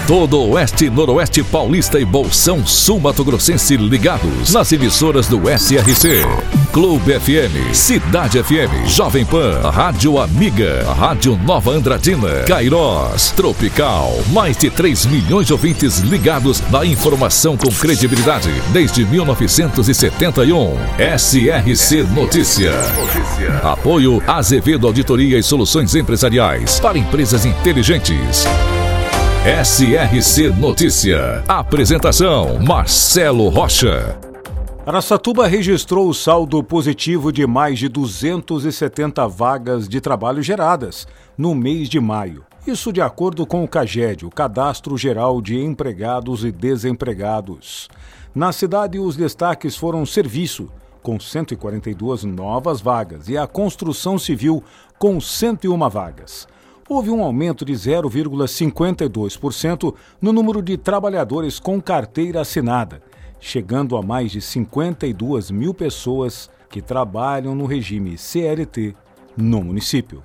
Todo o Oeste, Noroeste Paulista e Bolsão Sul Mato Grossense ligados nas emissoras do SRC. Clube FM, Cidade FM, Jovem Pan, Rádio Amiga, Rádio Nova Andradina, Cairós, Tropical. Mais de 3 milhões de ouvintes ligados na informação com credibilidade desde 1971. SRC Notícia. Apoio Azevedo Auditoria e Soluções Empresariais para empresas inteligentes. SRC Notícia. Apresentação: Marcelo Rocha. Araçatuba registrou o saldo positivo de mais de 270 vagas de trabalho geradas no mês de maio. Isso de acordo com o CAGED, o Cadastro Geral de Empregados e Desempregados. Na cidade, os destaques foram serviço, com 142 novas vagas, e a construção civil, com 101 vagas. Houve um aumento de 0,52% no número de trabalhadores com carteira assinada, chegando a mais de 52 mil pessoas que trabalham no regime CLT no município.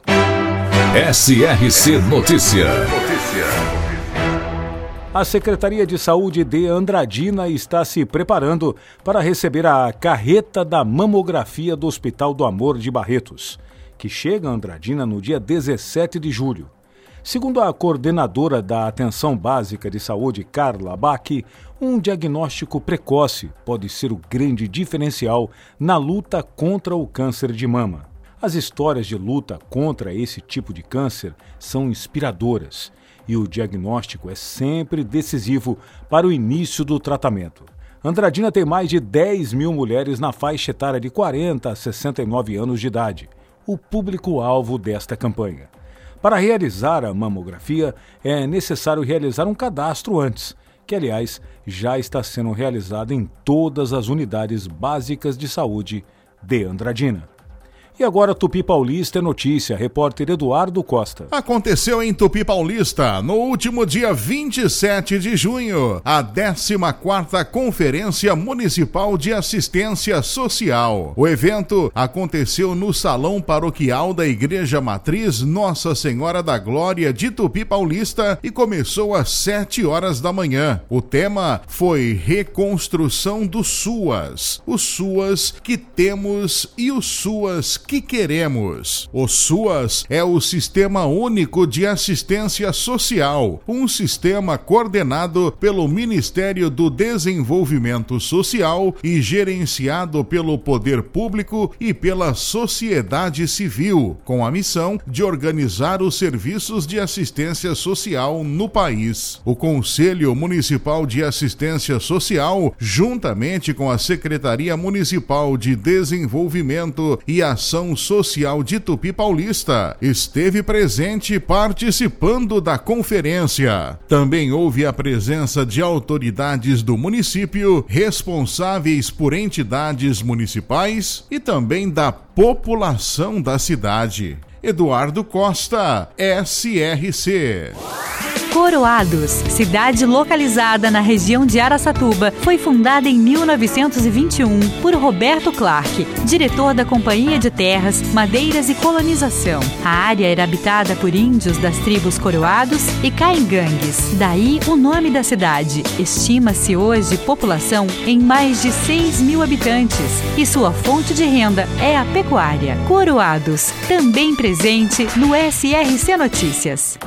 SRC Notícia. A Secretaria de Saúde de Andradina está se preparando para receber a carreta da mamografia do Hospital do Amor de Barretos, que chega a Andradina no dia 17 de julho. Segundo a coordenadora da Atenção Básica de Saúde, Carla Bach, um diagnóstico precoce pode ser o grande diferencial na luta contra o câncer de mama. As histórias de luta contra esse tipo de câncer são inspiradoras e o diagnóstico é sempre decisivo para o início do tratamento. Andradina tem mais de 10 mil mulheres na faixa etária de 40 a 69 anos de idade, o público-alvo desta campanha. Para realizar a mamografia, é necessário realizar um cadastro antes, que, aliás, já está sendo realizado em todas as unidades básicas de saúde de Andradina. E agora Tupi Paulista é notícia, repórter Eduardo Costa. Aconteceu em Tupi Paulista, no último dia 27 de junho, a 14ª Conferência Municipal de Assistência Social. O evento aconteceu no Salão Paroquial da Igreja Matriz Nossa Senhora da Glória de Tupi Paulista e começou às 7 horas da manhã. O tema foi Reconstrução do SUAS. Os SUAS que temos e os SUAS que queremos. O SUAS é o Sistema Único de Assistência Social, um sistema coordenado pelo Ministério do Desenvolvimento Social e gerenciado pelo Poder Público e pela sociedade civil, com a missão de organizar os serviços de assistência social no país. O Conselho Municipal de Assistência Social, juntamente com a Secretaria Municipal de Desenvolvimento e Ação Social de Tupi Paulista, esteve presente participando da conferência. Também houve a presença de autoridades do município, responsáveis por entidades municipais e também da população da cidade. Eduardo Costa, SRC. Coroados, cidade localizada na região de Araçatuba, foi fundada em 1921 por Roberto Clark, diretor da Companhia de Terras, Madeiras e Colonização. A área era habitada por índios das tribos Coroados e Caingangues, daí o nome da cidade. Estima-se hoje população em mais de 6 mil habitantes e sua fonte de renda é a pecuária. Coroados, também presente no SRC Notícias.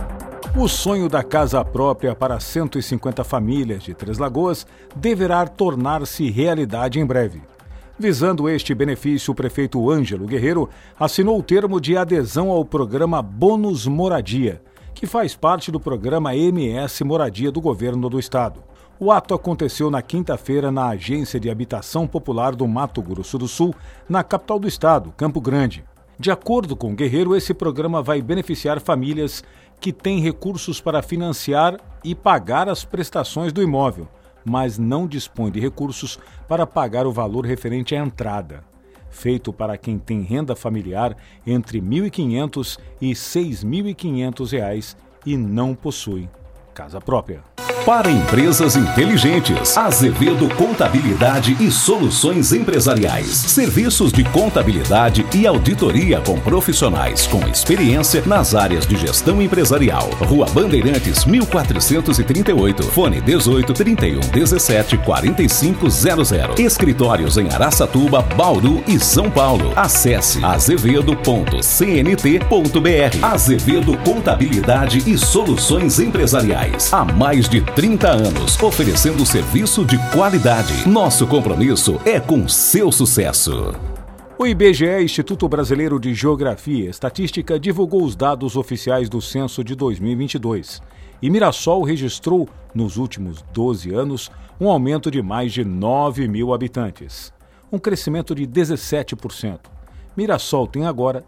O sonho da casa própria para 150 famílias de Três Lagoas deverá tornar-se realidade em breve. Visando este benefício, o prefeito Ângelo Guerreiro assinou o termo de adesão ao programa Bônus Moradia, que faz parte do programa MS Moradia do Governo do Estado. O ato aconteceu na quinta-feira na Agência de Habitação Popular do Mato Grosso do Sul, na capital do estado, Campo Grande. De acordo com Guerreiro, esse programa vai beneficiar famílias que têm recursos para financiar e pagar as prestações do imóvel, mas não dispõe de recursos para pagar o valor referente à entrada. Feito para quem tem renda familiar entre R$ 1.500 e R$ 6.500 e não possui casa própria. Para empresas inteligentes, Azevedo Contabilidade e Soluções Empresariais. Serviços de contabilidade e auditoria com profissionais com experiência nas áreas de gestão empresarial. Rua Bandeirantes, 1438. Fone 18 31 17 4500. Escritórios em Araçatuba, Bauru e São Paulo. Acesse azevedo.cnt.br. Azevedo Contabilidade e Soluções Empresariais. Há mais de 30 anos, oferecendo serviço de qualidade. Nosso compromisso é com seu sucesso. O IBGE, Instituto Brasileiro de Geografia e Estatística, divulgou os dados oficiais do censo de 2022. E Mirassol registrou, nos últimos 12 anos, um aumento de mais de 9 mil habitantes. Um crescimento de 17%. Mirassol tem agora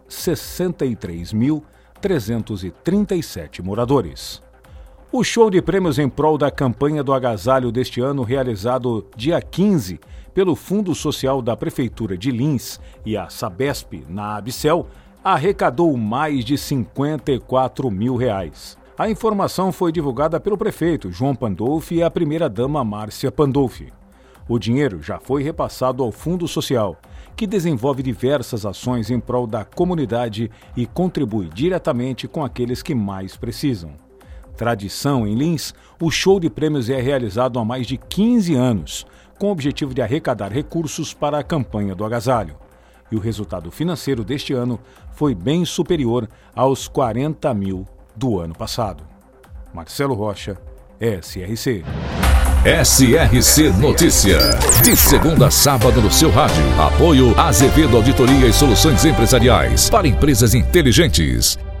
63.337 moradores. O show de prêmios em prol da campanha do agasalho deste ano, realizado dia 15 pelo Fundo Social da Prefeitura de Lins e a Sabesp na Abicel, arrecadou mais de R$54 mil. A informação foi divulgada pelo prefeito João Pandolfi e a primeira-dama Márcia Pandolfi. O dinheiro já foi repassado ao Fundo Social, que desenvolve diversas ações em prol da comunidade e contribui diretamente com aqueles que mais precisam. Tradição em Lins, o show de prêmios é realizado há mais de 15 anos, com o objetivo de arrecadar recursos para a campanha do agasalho. E o resultado financeiro deste ano foi bem superior aos 40 mil do ano passado. Marcelo Rocha, SRC. SRC Notícia. De segunda a sábado no seu rádio. Apoio Azevedo Auditoria e Soluções Empresariais para empresas inteligentes.